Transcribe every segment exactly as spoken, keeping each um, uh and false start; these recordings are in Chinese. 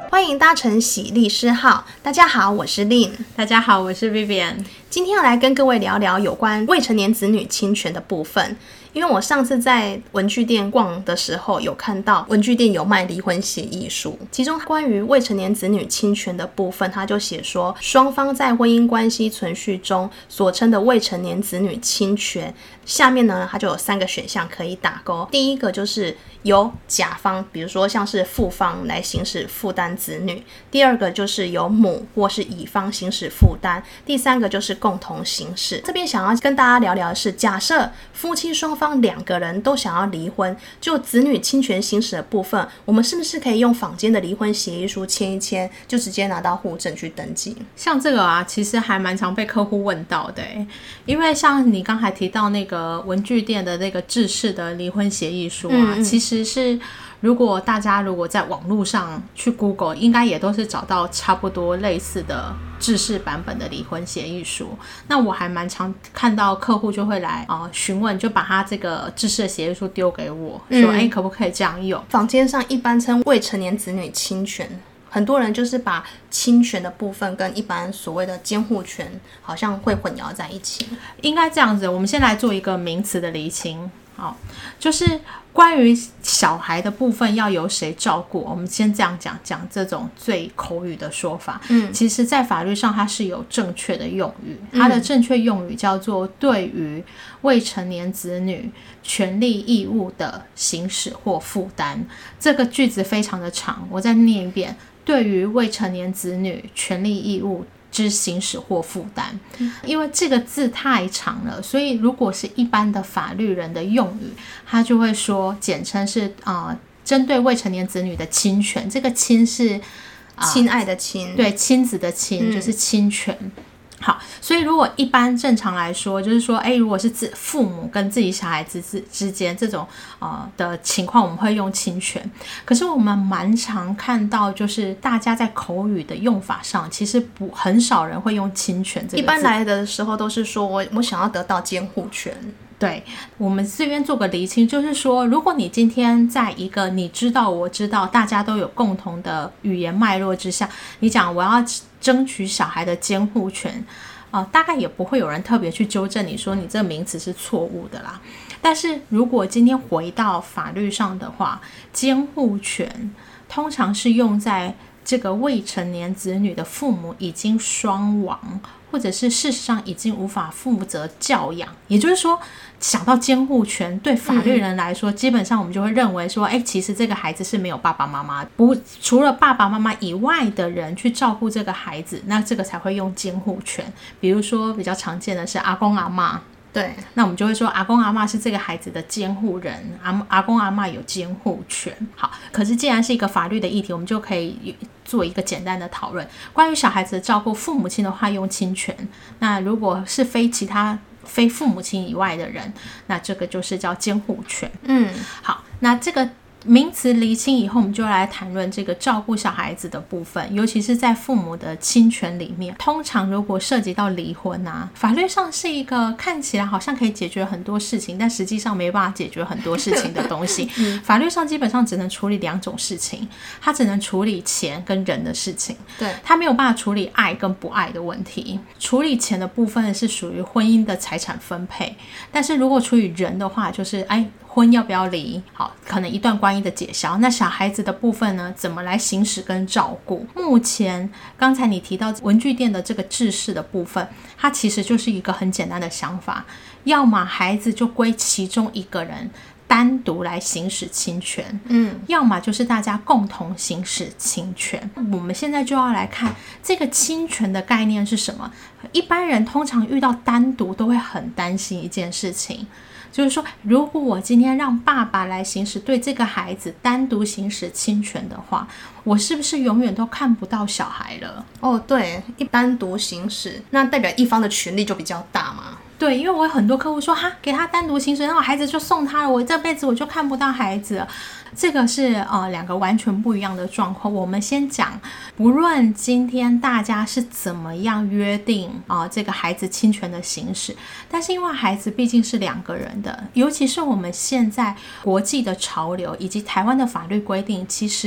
欢迎搭乘喜律师号。大家好，我是 Lin。 大家好，我是 Vivian。 今天要来跟各位聊聊有关未成年子女侵权的部分。因为我上次在文具店逛的时候，有看到文具店有卖离婚协议书，其中关于未成年子女侵权的部分，他就写说，双方在婚姻关系存续中所称的未成年子女侵权，下面呢，它就有三个选项可以打勾。第一个就是由甲方，比如说像是父方来行使负担子女；第二个就是由母或是乙方行使负担；第三个就是共同行使。这边想要跟大家聊聊的是，假设夫妻双方两个人都想要离婚，就子女侵权行使的部分，我们是不是可以用坊间的离婚协议书签一签，就直接拿到户政去登记？ 像这个啊，其实还蛮常被客户问到的，因为像你刚才提到那个文具店的那个制式的离婚协议书啊，嗯嗯其实是如果大家如果在网络上去 Google， 应该也都是找到差不多类似的制式版本的离婚协议书。那我还蛮常看到客户就会来呃询问，就把他这个制式的协议书丢给我，嗯、说哎可不可以这样用？ 坊间上一般称未成年子女侵权，很多人就是把侵权的部分跟一般所谓的监护权好像会混淆在一起。 应该这样子，我们先来做一个名词的厘清。好，就是关于小孩的部分要由谁照顾，我们先这样讲讲这种最口语的说法。嗯，其实在法律上它是有正确的用语，它的正确用语叫做对于未成年子女权利义务的行使或负担。这个句子非常的长，我再念一遍：对于未成年子女权利义务之行使或负担。因为这个字太长了，所以如果是一般的法律人的用语，他就会说简称是呃针对未成年子女的侵权。这个亲是、 呃、亲爱的亲， 对，亲子的亲、嗯、就是侵权。好，所以如果一般正常来说，就是说，哎，如果是自父母跟自己小孩子之之间这种呃的情况，我们会用侵权。可是我们蛮常看到，就是大家在口语的用法上，其实不很少人会用侵权这个字。 一般来的时候都是说我我想要得到监护权。 对，我们这边做个厘清，就是说，如果你今天在一个你知道我知道大家都有共同的语言脉络之下，你讲我要争取小孩的监护权、呃、大概也不会有人特别去纠正你说你这个名词是错误的啦。但是如果今天回到法律上的话，监护权通常是用在这个未成年子女的父母已经双亡，或者是事实上已经无法负责教养。也就是说，想到监护权，对法律人来说、嗯、基本上我们就会认为说，哎，其实这个孩子是没有爸爸妈妈，不除了爸爸妈妈以外的人去照顾这个孩子，那这个才会用监护权。比如说比较常见的是阿公阿嬷，对，那我们就会说阿公阿嬷是这个孩子的监护人， 阿, 阿公阿嬷有监护权。好，可是既然是一个法律的议题，我们就可以做一个简单的讨论。关于小孩子的照顾，父母亲的话用亲权，那如果是非其他非父母亲以外的人，那这个就是叫监护权。嗯，好，那这个名词厘清以后，我们就来谈论这个照顾小孩子的部分，尤其是在父母的亲权里面。通常如果涉及到离婚啊，法律上是一个看起来好像可以解决很多事情，但实际上没办法解决很多事情的东西。嗯、法律上基本上只能处理两种事情，它只能处理钱跟人的事情，对，它没有办法处理爱跟不爱的问题。处理钱的部分是属于婚姻的财产分配，但是如果处理人的话，就是哎婚要不要离，好，可能一段关系的解消。那小孩子的部分呢，怎么来行使跟照顾？目前刚才你提到文具店的这个制式的部分，它其实就是一个很简单的想法，要么孩子就归其中一个人单独来行使侵权，嗯，要么就是大家共同行使侵权。我们现在就要来看这个侵权的概念是什么。一般人通常遇到单独都会很担心一件事情，就是说，如果我今天让爸爸来行使对这个孩子单独行使侵权的话，我是不是永远都看不到小孩了？ 哦，对，一单独行使，那代表一方的权利就比较大嘛。 对，因为我有很多客户说，哈，给他单独行使，然后孩子就送他了，我这辈子我就看不到孩子了。这个是呃两个完全不一样的状况。我们先讲，不论今天大家是怎么样约定啊、呃、这个孩子侵权的行使，但是因为孩子毕竟是两个人的，尤其是我们现在国际的潮流以及台湾的法律规定，其实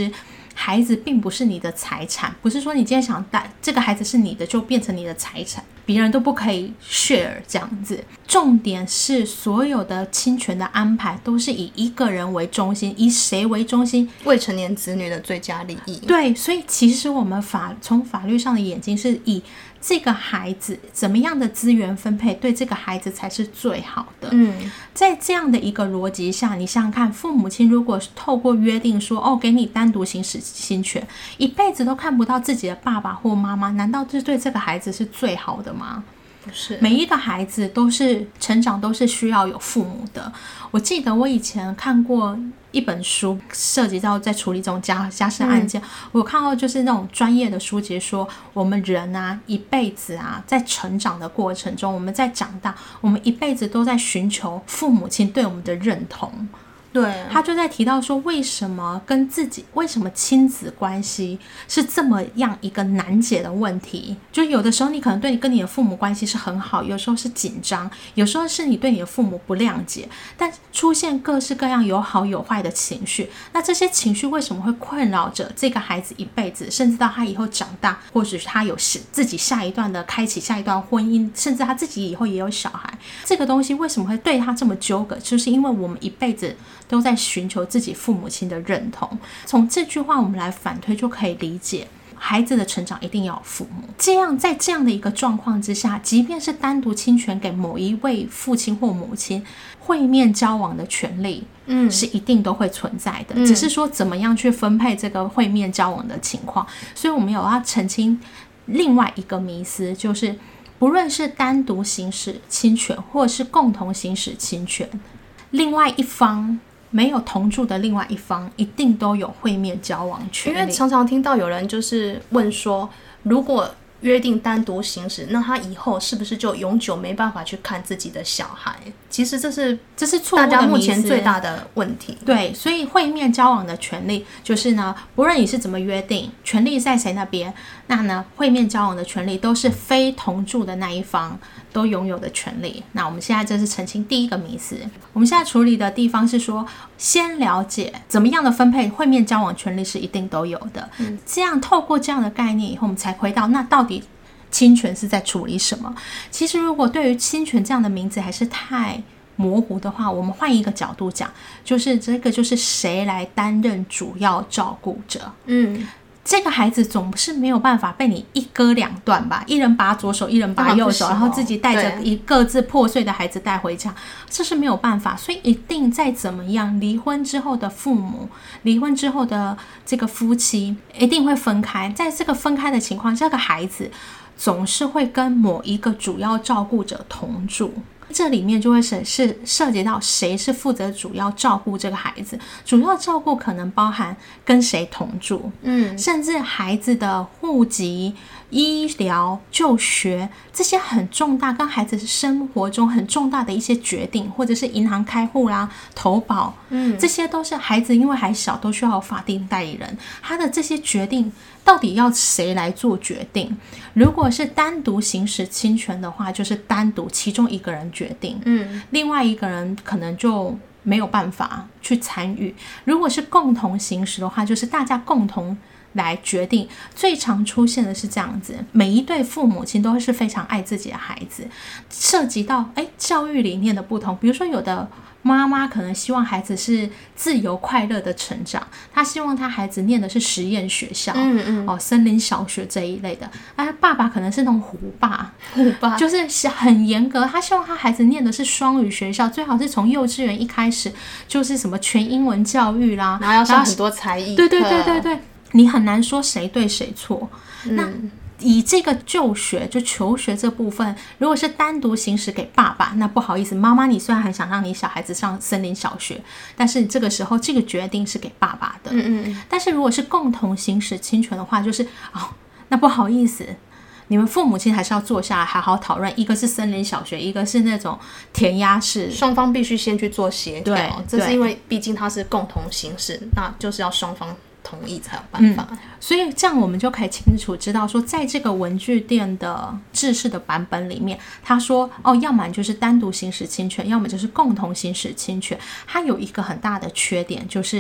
孩子并不是你的财产，不是说你今天想带这个孩子是你的就变成你的财产，别人都不可以 share 这样子。重点是所有的侵权的安排都是以一个人为中心，以谁为中心？ 未成年子女的最佳利益。 对，所以其实我们法从法律上的眼睛是以这个孩子怎么样的资源分配对这个孩子才是最好的。 嗯， 在这样的一个逻辑下，你想想看，父母亲如果透过约定说哦，给你单独行使侵权，一辈子都看不到自己的爸爸或妈妈，难道这对这个孩子是最好的吗？ 不是， 每一个孩子都是成长都是需要有父母的。我记得我以前看过一本书，涉及到在处理这种家家事案件、嗯、我有看到就是那种专业的书籍说，我们人啊一辈子啊在成长的过程中，我们在长大，我们一辈子都在寻求父母亲对我们的认同。 对， 他就在提到说，为什么跟自己，为什么亲子关系是这么样一个难解的问题？就有的时候你可能对你跟你的父母关系是很好，有时候是紧张，有时候是你对你的父母不谅解，但出现各式各样有好有坏的情绪。那这些情绪为什么会困扰着这个孩子一辈子，甚至到他以后长大，或许他有自己下一段的开启下一段婚姻，甚至他自己以后也有小孩，这个东西为什么会对他这么纠葛？就是因为我们一辈子都在寻求自己父母亲的认同。从这句话我们来反推就可以理解，孩子的成长一定要有父母。这样在这样的一个状况之下，即便是单独侵权给某一位父亲或母亲，会面交往的权利嗯，是一定都会存在的、嗯、只是说怎么样去分配这个会面交往的情况。所以我们有要澄清另外一个迷思，就是不论是单独行使侵权或是共同行使侵权，另外一方没有同住的另外一方一定都有会面交往权利。 因为常常听到有人就是问说，如果约定单独行使，那他以后是不是就永久没办法去看自己的小孩？其实这是这是错误的迷思， 大家目前最大的问题。 对，所以会面交往的权利就是呢，不论你是怎么约定，权利在谁那边，那呢会面交往的权利都是非同住的那一方都拥有的权利。那我们现在这是澄清第一个迷思。我们现在处理的地方是说，先了解怎么样的分配会面交往权利是一定都有的、嗯、这样透过这样的概念以后，我们才回到那到底侵权是在处理什么。其实如果对于侵权这样的名字还是太模糊的话，我们换一个角度讲，就是这个就是谁来担任主要照顾者。嗯，这个孩子总是没有办法被你一割两断吧，一人拔左手一人拔右手、哦、然后自己带着一各自破碎的孩子带回家，这是没有办法。所以一定再怎么样，离婚之后的父母，离婚之后的这个夫妻一定会分开。在这个分开的情况，这个孩子总是会跟某一个主要照顾者同住，这里面就会是是涉及到谁是负责主要照顾这个孩子。主要照顾可能包含跟谁同住，嗯，甚至孩子的户籍、医疗、就学这些很重大，跟孩子生活中很重大的一些决定，或者是银行开户啦、投保，嗯，这些都是孩子因为还小都需要有法定代理人，他的这些决定到底要谁来做决定？如果是单独行使侵权的话，就是单独其中一个人决定，嗯，另外一个人可能就没有办法去参与。如果是共同行使的话，就是大家共同来决定。最常出现的是这样子，每一对父母亲都是非常爱自己的孩子，涉及到诶教育理念的不同。比如说有的妈妈可能希望孩子是自由快乐的成长，她希望她孩子念的是实验学校，嗯嗯，哦，森林小学这一类的。啊，爸爸可能是那种虎爸，虎爸就是很严格，他希望他孩子念的是双语学校，最好是从幼稚园一开始就是什么全英文教育啦， 然后要上很多才艺课， 对对对对对，你很难说谁对谁错。嗯，那以这个就学就求学这部分，如果是单独行使给爸爸，那不好意思，妈妈你虽然很想让你小孩子上森林小学，但是这个时候这个决定是给爸爸的。嗯嗯，但是如果是共同行使侵权的话，就是哦，那不好意思，你们父母亲还是要坐下来好好讨论，一个是森林小学，一个是那种填鸭式， 双方必须先去做协调。这是因为毕竟它是共同行使，那就是要双方同意才有办法。嗯， 所以这样我们就可以清楚知道说，在这个文具店的制式的版本里面，他说哦，要么就是单独行使侵权，要么就是共同行使侵权。它有一个很大的缺点，就是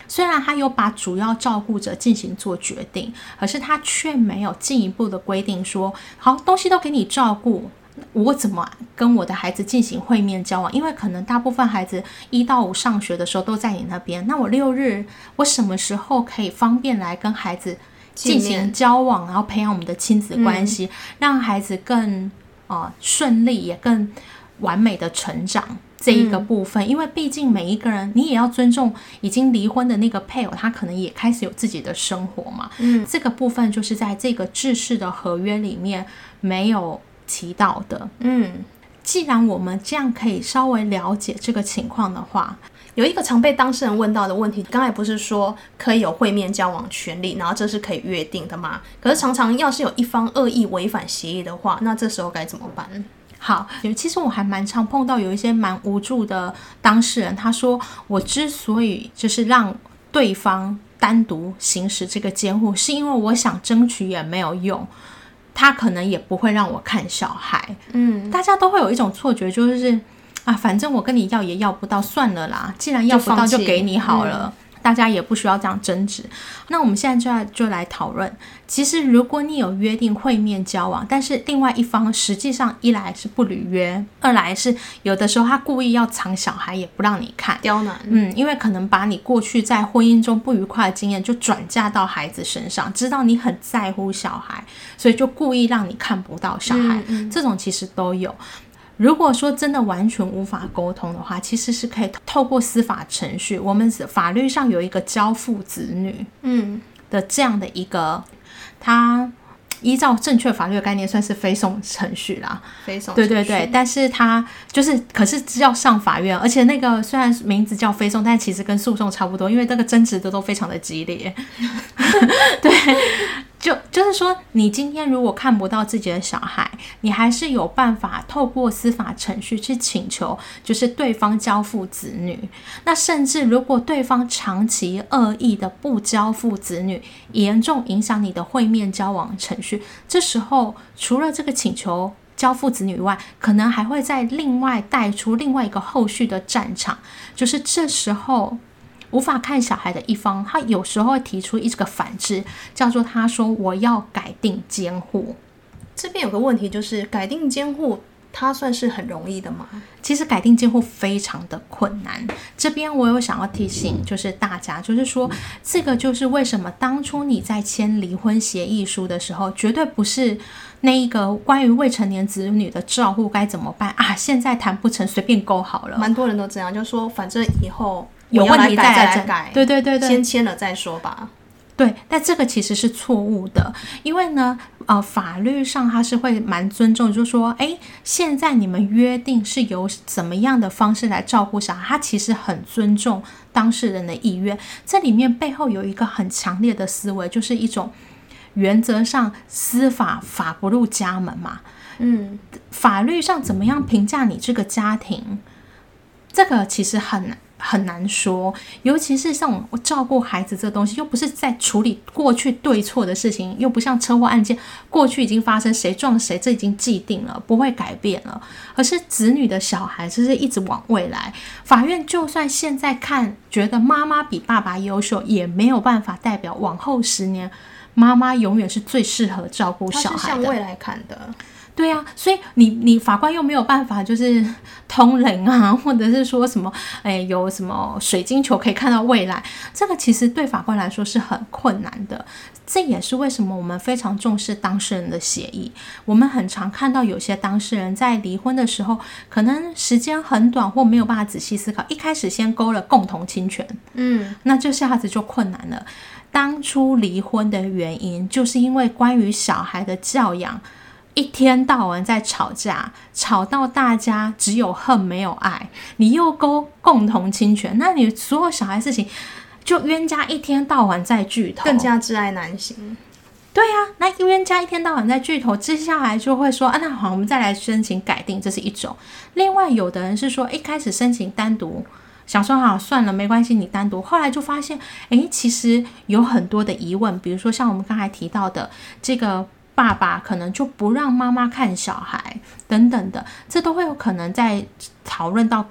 虽然他有把主要照顾者进行做决定，可是他却没有进一步的规定说，好，东西都给你照顾，我怎么跟我的孩子进行会面交往？因为可能大部分孩子一到五上学的时候都在你那边，那我六日我什么时候可以方便来跟孩子进行交往，然后培养我们的亲子关系，嗯、让孩子更呃顺利，也更完美的成长这一个部分。嗯、因为毕竟每一个人，你也要尊重已经离婚的那个配偶，他可能也开始有自己的生活嘛。嗯，这个部分就是在这个制式的合约里面没有提到的。嗯，既然我们这样可以稍微了解这个情况的话， 有一个常被当事人问到的问题，刚才不是说可以有会面交往权利，然后这是可以约定的吗？可是常常要是有一方恶意违反协议的话，那这时候该怎么办？ 好，其实我还蛮常碰到有一些蛮无助的当事人，他说我之所以就是让对方单独行使这个监护，是因为我想争取也没有用，他可能也不会让我看小孩。嗯，大家都会有一种错觉，就是啊，反正我跟你要也要不到，算了啦，既然要不到就给你好了。大家也不需要这样争执。那我们现在就来就来讨论，其实如果你有约定会面交往，但是另外一方实际上一来是不履约，二来是有的时候他故意要藏小孩也不让你看， 刁难。 嗯，因为可能把你过去在婚姻中不愉快的经验就转嫁到孩子身上，知道你很在乎小孩，所以就故意让你看不到小孩。嗯嗯，这种其实都有。如果说真的完全无法沟通的话，其实是可以透过司法程序，我们法律上有一个交付子女嗯的这样的一个，它依照正确法律的概念算是非讼程序啦， 非讼程序， 对对对，但是它就是可是要上法院，而且那个虽然名字叫非讼，但其实跟诉讼差不多，因为这个争执的都非常的激烈。对。就就是说，你今天如果看不到自己的小孩，你还是有办法透过司法程序去请求，就是对方交付子女。那甚至如果对方长期恶意的不交付子女，严重影响你的会面交往程序，这时候除了这个请求交付子女以外，可能还会再另外带出另外一个后续的战场，就是这时候无法看小孩的一方，他有时候会提出一个反制，叫做他说我要改定监护。 这边有个问题，就是改定监护它算是很容易的吗？ 其实改定监护非常的困难。这边我有想要提醒就是大家，就是说这个就是为什么当初你在签离婚协议书的时候，绝对不是那一个关于未成年子女的照护该怎么办啊，现在谈不成随便勾好了。 蛮多人都这样，就说反正以后有问题再来改， 对对对对， 先签了再说吧。 对，但这个其实是错误的，因为呢，呃，法律上它是会蛮尊重，就是说，哎，现在你们约定是由怎么样的方式来照顾小孩，它其实很尊重当事人的意愿。这里面背后有一个很强烈的思维，就是一种原则上司法法不入家门嘛，嗯，法律上怎么样评价你这个家庭，这个其实很难。很难说，尤其是像我照顾孩子这东西，又不是在处理过去对错的事情，又不像车祸案件，过去已经发生，谁撞谁，这已经既定了，不会改变了。而是子女的小孩，这是一直往未来。法院就算现在看觉得妈妈比爸爸优秀，也没有办法代表往后十年妈妈永远是最适合照顾小孩的。 他是向未来看的。 对啊，所以你你法官又没有办法就是通灵啊，或者是说什么哎有什么水晶球可以看到未来，这个其实对法官来说是很困难的。这也是为什么我们非常重视当事人的协议。我们很常看到有些当事人在离婚的时候，可能时间很短或没有办法仔细思考，一开始先勾了共同亲权，嗯，那这下子就困难了。当初离婚的原因就是因为关于小孩的教养一天到晚在吵架，吵到大家只有恨没有爱，你又勾共同亲权，那你所有小孩事情就冤家一天到晚在聚头， 更加挚爱难行。 对啊，那冤家一天到晚在聚头，接下来就会说啊，那好，我们再来申请改定，这是一种。另外有的人是说一开始申请单独，想说好算了没关系你单独，后来就发现诶其实有很多的疑问，比如说像我们刚才提到的这个爸爸可能就不让妈妈看小孩等等的，这都会有可能在讨论到改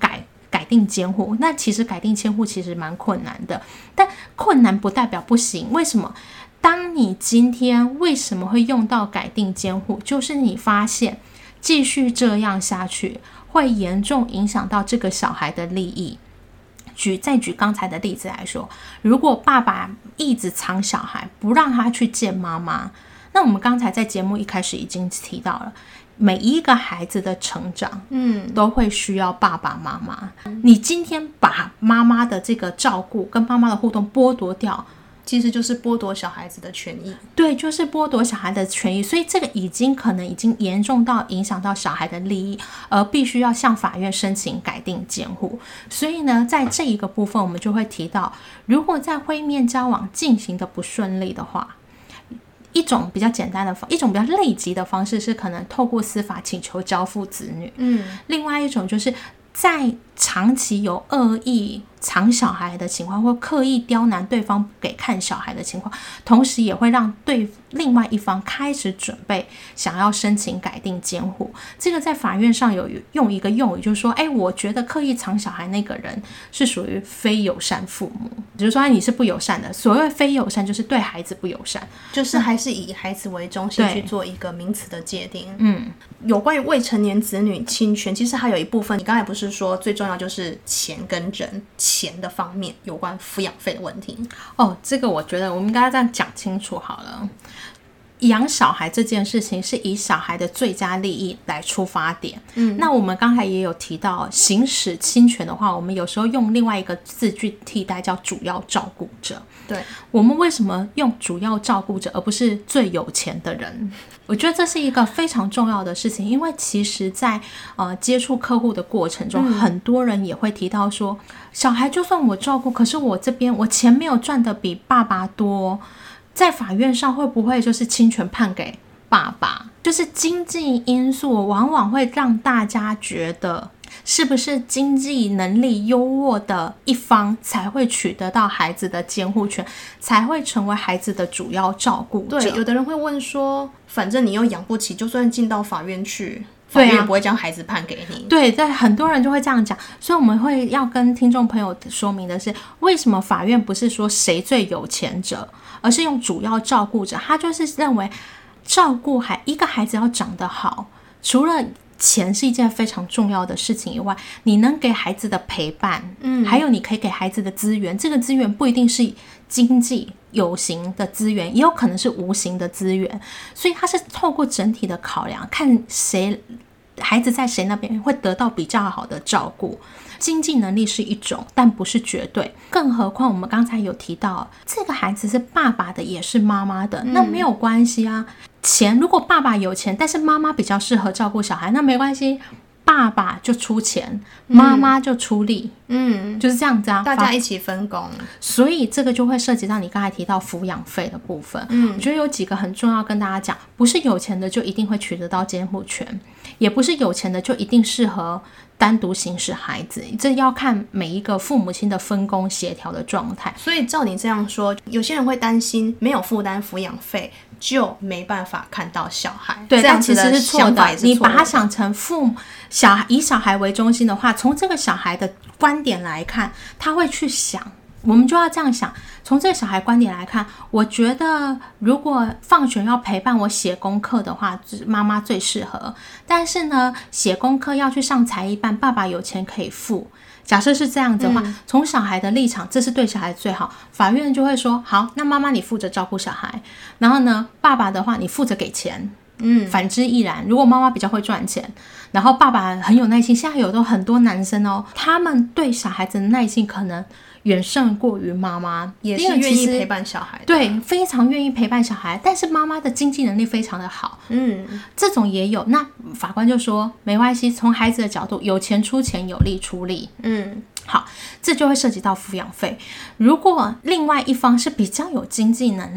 改定监护。那其实改定监护其实蛮困难的，但困难不代表不行。为什么？当你今天为什么会用到改定监护，就是你发现继续这样下去会严重影响到这个小孩的利益。举再举刚才的例子来说，如果爸爸一直藏小孩，不让他去见妈妈，那我们刚才在节目一开始已经提到了，每一个孩子的成长，嗯，都会需要爸爸妈妈。你今天把妈妈的这个照顾跟妈妈的互动剥夺掉， 其实就是剥夺小孩子的权益。 对，就是剥夺小孩的权益，所以这个已经可能已经严重到影响到小孩的利益，而必须要向法院申请改定监护。所以呢，在这一个部分我们就会提到，如果在会面交往进行的不顺利的话，一种比较简单的方，一种比较类级的方式是可能透过司法请求交付子女，嗯，另外一种就是在长期有恶意藏小孩的情况，或刻意刁难对方不给看小孩的情况，同时也会让对另外一方开始准备想要申请改定监护。这个在法院上有用一个用语，就是说，哎，我觉得刻意藏小孩那个人是属于非友善父母，就是说你是不友善的。所谓非友善，就是对孩子不友善， 就是还是以孩子为中心去做一个名词的界定。嗯，有关于未成年子女侵权，其实还有一部分，你刚才不是说最重要就是钱跟人钱的方面，有关抚养费的问题。 哦，这个我觉得我们应该这样讲清楚好了。养小孩这件事情是以小孩的最佳利益来出发点。嗯，那我们刚才也有提到，行使侵权的话，我们有时候用另外一个字句替代，叫主要照顾者。 对， 我们为什么用主要照顾者而不是最有钱的人？我觉得这是一个非常重要的事情，因为其实在呃接触客户的过程中，嗯，很多人也会提到说，小孩就算我照顾，可是我这边我钱没有赚得比爸爸多，在法院上会不会就是侵权判给爸爸？就是经济因素往往会让大家觉得，是不是经济能力优渥的一方才会取得到孩子的监护权，才会成为孩子的主要照顾者？ 对，有的人会问说，反正你又养不起，就算进到法院去，法院也不会将孩子判给你。 对，对，很多人就会这样讲，所以我们会要跟听众朋友说明的是，为什么法院不是说谁最有钱者，而是用主要照顾者。他就是认为照顾孩一个孩子要长得好，除了钱是一件非常重要的事情以外，你能给孩子的陪伴，嗯，还有你可以给孩子的资源，这个资源不一定是经济有形的资源，也有可能是无形的资源，所以它是透过整体的考量，看谁孩子在谁那边会得到比较好的照顾。经济能力是一种，但不是绝对，更何况我们刚才有提到，这个孩子是爸爸的也是妈妈的，那没有关系啊。钱如果爸爸有钱，但是妈妈比较适合照顾小孩，那没关系，爸爸就出钱，妈妈就出力，嗯，就是这样子啊， 大家一起分工。 所以这个就会涉及到你刚才提到抚养费的部分。嗯，我觉得有几个很重要跟大家讲，不是有钱的就一定会取得到监护权，也不是有钱的就一定适合单独行使孩子，这要看每一个父母亲的分工协调的状态。 所以照你这样说，有些人会担心没有负担抚养费就没办法看到小孩， 对， 这样子的其实是错的。 你把它想成父母小孩以小孩为中心的话，从这个小孩的观点来看，他会去想，我们就要这样想，从这个小孩观点来看，我觉得如果放学要陪伴我写功课的话，妈妈最适合。但是呢，写功课要去上才艺班，爸爸有钱可以付。假设是这样子的话，嗯，从小孩的立场，这是对小孩最好。法院就会说，好，那妈妈你负责照顾小孩，然后呢，爸爸的话你负责给钱。嗯，反之亦然。如果妈妈比较会赚钱，然后爸爸很有耐心，现在有的很多男生哦，他们对小孩子的耐心可能远胜过于妈妈， 也是愿意陪伴小孩的， 对，非常愿意陪伴小孩，但是妈妈的经济能力非常的好，嗯，这种也有。那法官就说没关系，从孩子的角度，有钱出钱，有力出力，嗯，好，这就会涉及到抚养费。如果另外一方是比较有经济能力，比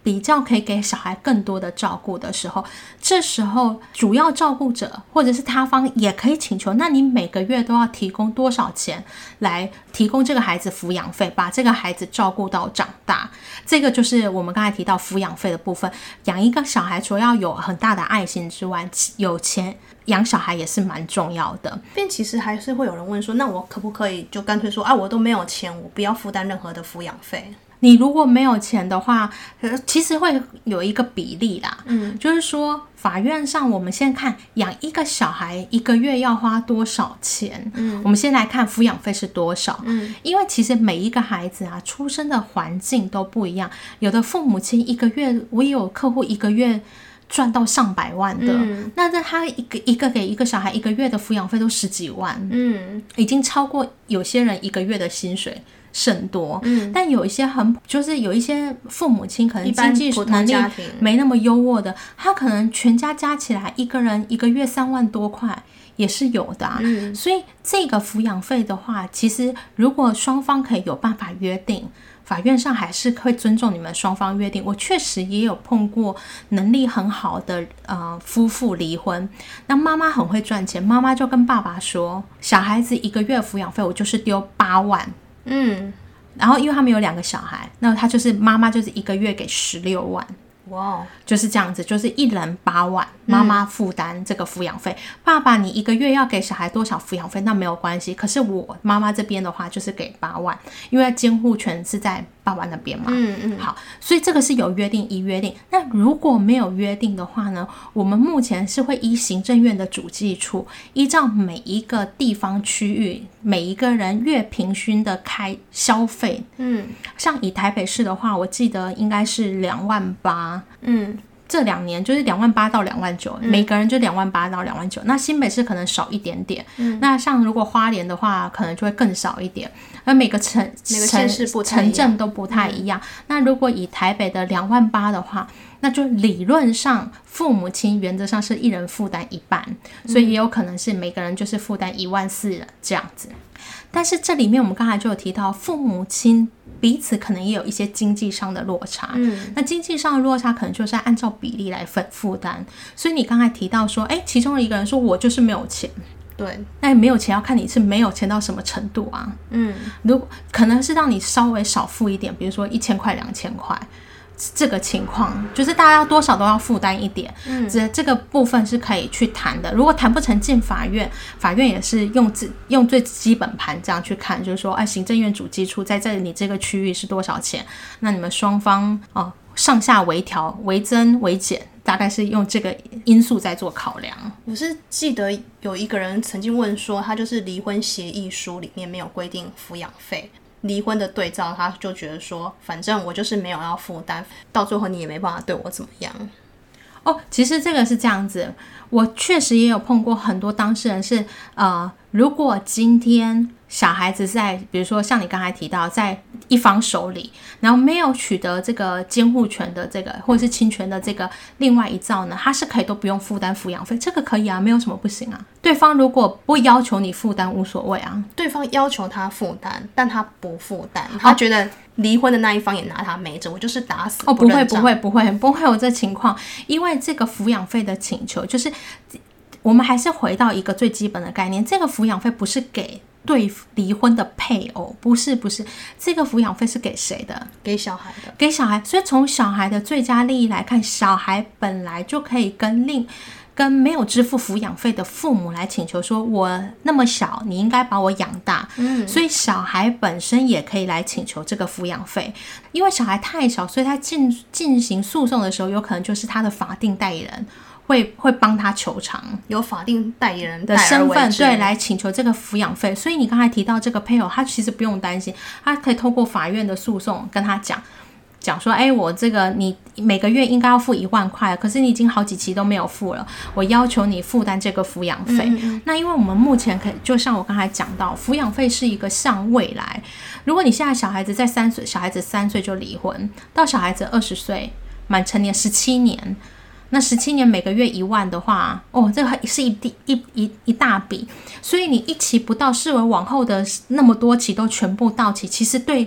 比较可以给小孩更多的照顾的时候，这时候主要照顾者或者是他方也可以请求，那你每个月都要提供多少钱来提供这个孩子抚养费，把这个孩子照顾到长大。这个就是我们刚才提到抚养费的部分。养一个小孩除了要有很大的爱心之外，有钱养小孩也是蛮重要的。 但其实还是会有人问说，那我可不可以就干脆说啊，我都没有钱，我不要负担任何的抚养费？ 你如果没有钱的话，其实会有一个比例啦，嗯，就是说法院上我们先看养一个小孩一个月要花多少钱，嗯，我们先来看抚养费是多少，嗯，因为其实每一个孩子啊，出生的环境都不一样，有的父母亲一个月，我也有客户一个月赚到上百万的，嗯、那这他一个一个给一个小孩一个月的抚养费都十几万，嗯，已经超过有些人一个月的薪水甚多，嗯，但有一些很就是有一些父母亲可能经济能力没那么优渥的，他可能全家加起来一个人一个月三万多块也是有的、啊嗯、所以这个抚养费的话，其实如果双方可以有办法约定，法院上还是会尊重你们双方约定。我确实也有碰过能力很好的呃夫妇离婚，那妈妈很会赚钱，妈妈就跟爸爸说，小孩子一个月抚养费我就是丢八万，嗯，然后因为他们有两个小孩，那他就是妈妈就是一个月给十六万，哇，就是这样子，就是一人八万，妈妈负担这个抚养费、嗯、爸爸你一个月要给小孩多少抚养费那没有关系，可是我妈妈这边的话就是给八万，因为监护权是在爸爸那边嘛，嗯嗯，好，所以这个是有约定一约定。那如果没有约定的话呢，我们目前是会依行政院的主计处，依照每一个地方区域每一个人月平均的开消费，嗯，像以台北市的话，我记得应该是两万八，嗯，这两年就是两万八到两万九、嗯，每个人就两万八到两万九。那新北市可能少一点点、嗯，那像如果花莲的话，可能就会更少一点。而每个城每个县市不城镇都不太一样、嗯。那如果以台北的两万八的话，那就理论上父母亲原则上是一人负担一半、嗯，所以也有可能是每个人就是负担一万四这样子。但是这里面我们刚才就有提到，父母亲彼此可能也有一些经济上的落差，嗯，那经济上的落差可能就是按照比例来分负担。所以你刚才提到说，哎，其中的一个人说我就是没有钱，对，那没有钱要看你是没有钱到什么程度啊，嗯，如果可能是让你稍微少付一点，比如说一千块两千块。这个情况就是大家多少都要负担一点，嗯，这这个部分是可以去谈的。如果谈不成进法院，法院也是用用最基本盘这样去看，就是说，哎，行政院主计处在这里你这个区域是多少钱？那你们双方哦上下微调、微增、微减，大概是用这个因素在做考量。 我是记得有一个人曾经问说，他就是离婚协议书里面没有规定抚养费。离婚的对照，他就觉得说反正我就是没有要负担，到最后你也没办法对我怎么样。 哦，其实这个是这样子，我确实也有碰过很多当事人是呃，如果今天小孩子在比如说像你刚才提到在一方手里，然后没有取得这个监护权的这个或者是侵权的这个另外一造呢，他是可以都不用负担抚养费，这个可以啊，没有什么不行啊。对方如果不要求你负担无所谓啊， 对方要求他负担但他不负担，他觉得离婚的那一方也拿他没辙，我就是打死不认账。哦，不会不会不会不会有这情况，因为这个抚养费的请求就是我们还是回到一个最基本的概念，这个抚养费不是给对离婚的配偶，不是不是，这个抚养费是给谁的？ 给小孩的， 给小孩。所以从小孩的最佳利益来看，小孩本来就可以跟另跟没有支付抚养费的父母来请求说，我那么小，你应该把我养大。嗯，所以小孩本身也可以来请求这个抚养费，因为小孩太小，所以他进进行诉讼的时候，有可能就是他的法定代理人。会会帮他求偿， 有法定代理人的身份，对，来请求这个抚养费。所以你刚才提到这个配偶，他其实不用担心，他可以透过法院的诉讼跟他讲讲说，哎，我这个你每个月应该要付一万块，可是你已经好几期都没有付了，我要求你负担这个抚养费。嗯嗯，那因为我们目前可以，就像我刚才讲到，抚养费是一个向未来。如果你现在小孩子在三岁，小孩子三岁就离婚，到小孩子二十岁满成年十七年。那十七年每个月一万的话，哦，这个是一一一一大笔，所以你一期不到，视为往后的那么多期都全部到期，其实对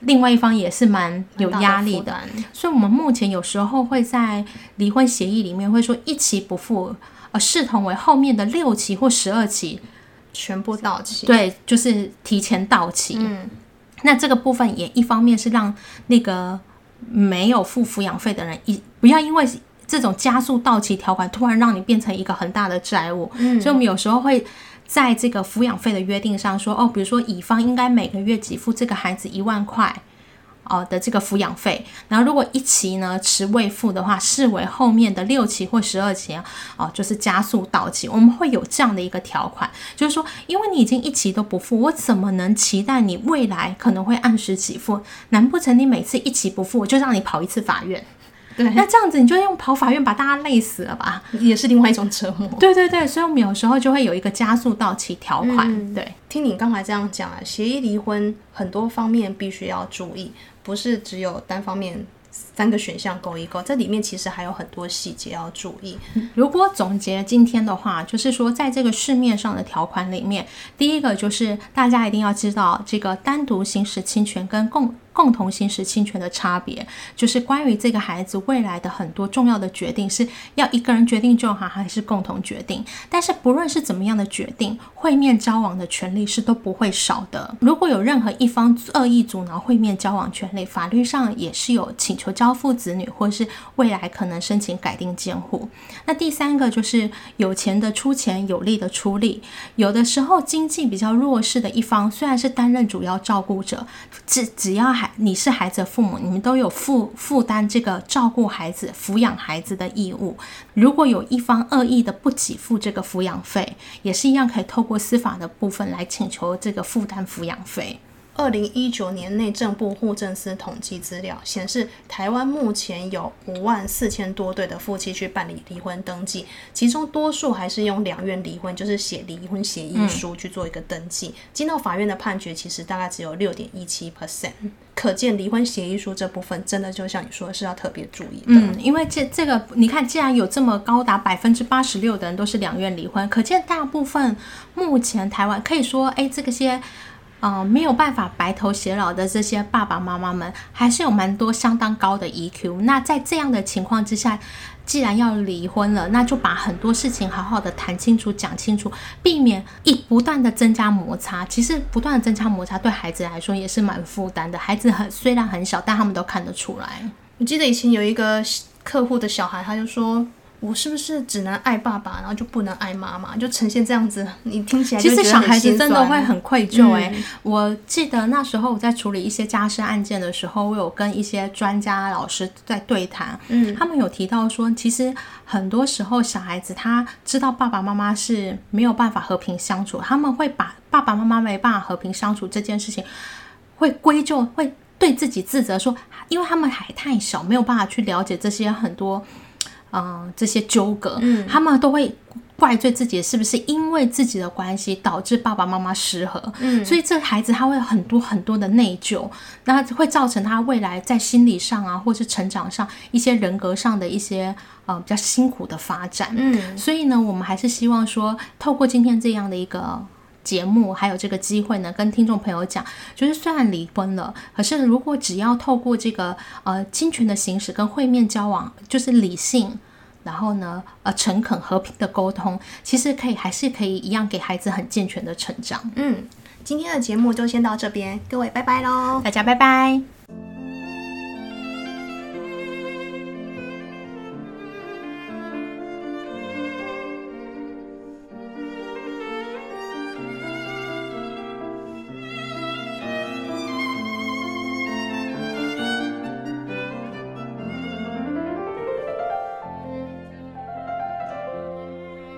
另外一方也是蛮有压力的， 的所以我们目前有时候会在离婚协议里面会说一期不付，呃，视同为后面的六期或十二期全部到期， 对，就是提前到期。 嗯， 那这个部分也一方面是让那个没有付抚养费的人一不要因为这种加速到期条款突然让你变成一个很大的债务，嗯，所以我们有时候会在这个抚养费的约定上说，哦，比如说乙方应该每个月给付这个孩子一万块哦的这个抚养费，然后如果一期呢迟未付的话，视为后面的六期或十二期哦，就是加速到期。我们会有这样的一个条款，就是说，因为你已经一期都不付，我怎么能期待你未来可能会按时给付？难不成你每次一期不付，我就让你跑一次法院？ 对， 那这样子你就用跑法院把大家累死了吧， 也是另外一种折磨。 对对对，所以我们有时候就会有一个加速到期条款。嗯、对， 听你刚才这样讲啊，协议离婚很多方面必须要注意，不是只有单方面三个选项勾一勾，这里面其实还有很多细节要注意。 如果总结今天的话，就是说在这个市面上的条款里面，第一个就是大家一定要知道这个单独行使侵权跟共共同行使侵权的差别，就是关于这个孩子未来的很多重要的决定是要一个人决定就好还是共同决定，但是不论是怎么样的决定，会面交往的权利是都不会少的。如果有任何一方恶意阻挠会面交往权利，法律上也是有请求交付子女，或是未来可能申请改定监护。那第三个就是有钱的出钱，有力的出力。有的时候经济比较弱势的一方虽然是担任主要照顾者，只只要还你是孩子的父母，你们都有负负担这个照顾孩子、抚养孩子的义务。如果有一方恶意的不给付这个抚养费，也是一样可以透过司法的部分来请求这个负担抚养费。 二零一九年内政部户政司统计资料显示，台湾目前有五万四千多对的夫妻去办理离婚登记，其中多数还是用两院离婚，就是写离婚协议书去做一个登记。进、嗯、到法院的判决其实大概只有 百分之六点一七， 可见离婚协议书这部分真的就像你说的是要特别注意的。 嗯，因为这这个你看，既然有这么高达百分之八十六的人都是两院离婚，可见大部分目前台湾可以说，哎，这个些。呃，没有办法白头偕老的这些爸爸妈妈们，还是有蛮多相当高的 E Q。那在这样的情况之下，既然要离婚了，那就把很多事情好好的谈清楚、讲清楚，避免一不断的增加摩擦。其实不断的增加摩擦对孩子来说也是蛮负担的。孩子很虽然很小，但他们都看得出来。 我记得以前有一个客户的小孩，他就说，我是不是只能爱爸爸，然后就不能爱妈妈，就呈现这样子，你听起来就觉得很心酸。 其实小孩子真的会很愧疚哎、欸嗯。我记得那时候我在处理一些家事案件的时候，我有跟一些专家老师在对谈，嗯，他们有提到说，其实很多时候小孩子他知道爸爸妈妈是没有办法和平相处，他们会把爸爸妈妈没办法和平相处这件事情，会归咎，会对自己自责说，因为他们还太小，没有办法去了解这些很多。嗯，这些纠葛、嗯，他们都会怪罪自己是不是因为自己的关系导致爸爸妈妈失和，嗯，所以这孩子他会有很多很多的内疚，那会造成他未来在心理上啊，或是成长上一些人格上的一些呃比较辛苦的发展，嗯，所以呢，我们还是希望说，透过今天这样的一个节目还有这个机会呢，跟听众朋友讲，就是虽然离婚了，可是如果只要透过这个呃侵权的行使跟会面交往，就是理性，然后呢呃诚恳和平的沟通，其实可以还是可以一样给孩子很健全的成长。 嗯，今天的节目就先到这边，各位拜拜咯， 大家拜拜。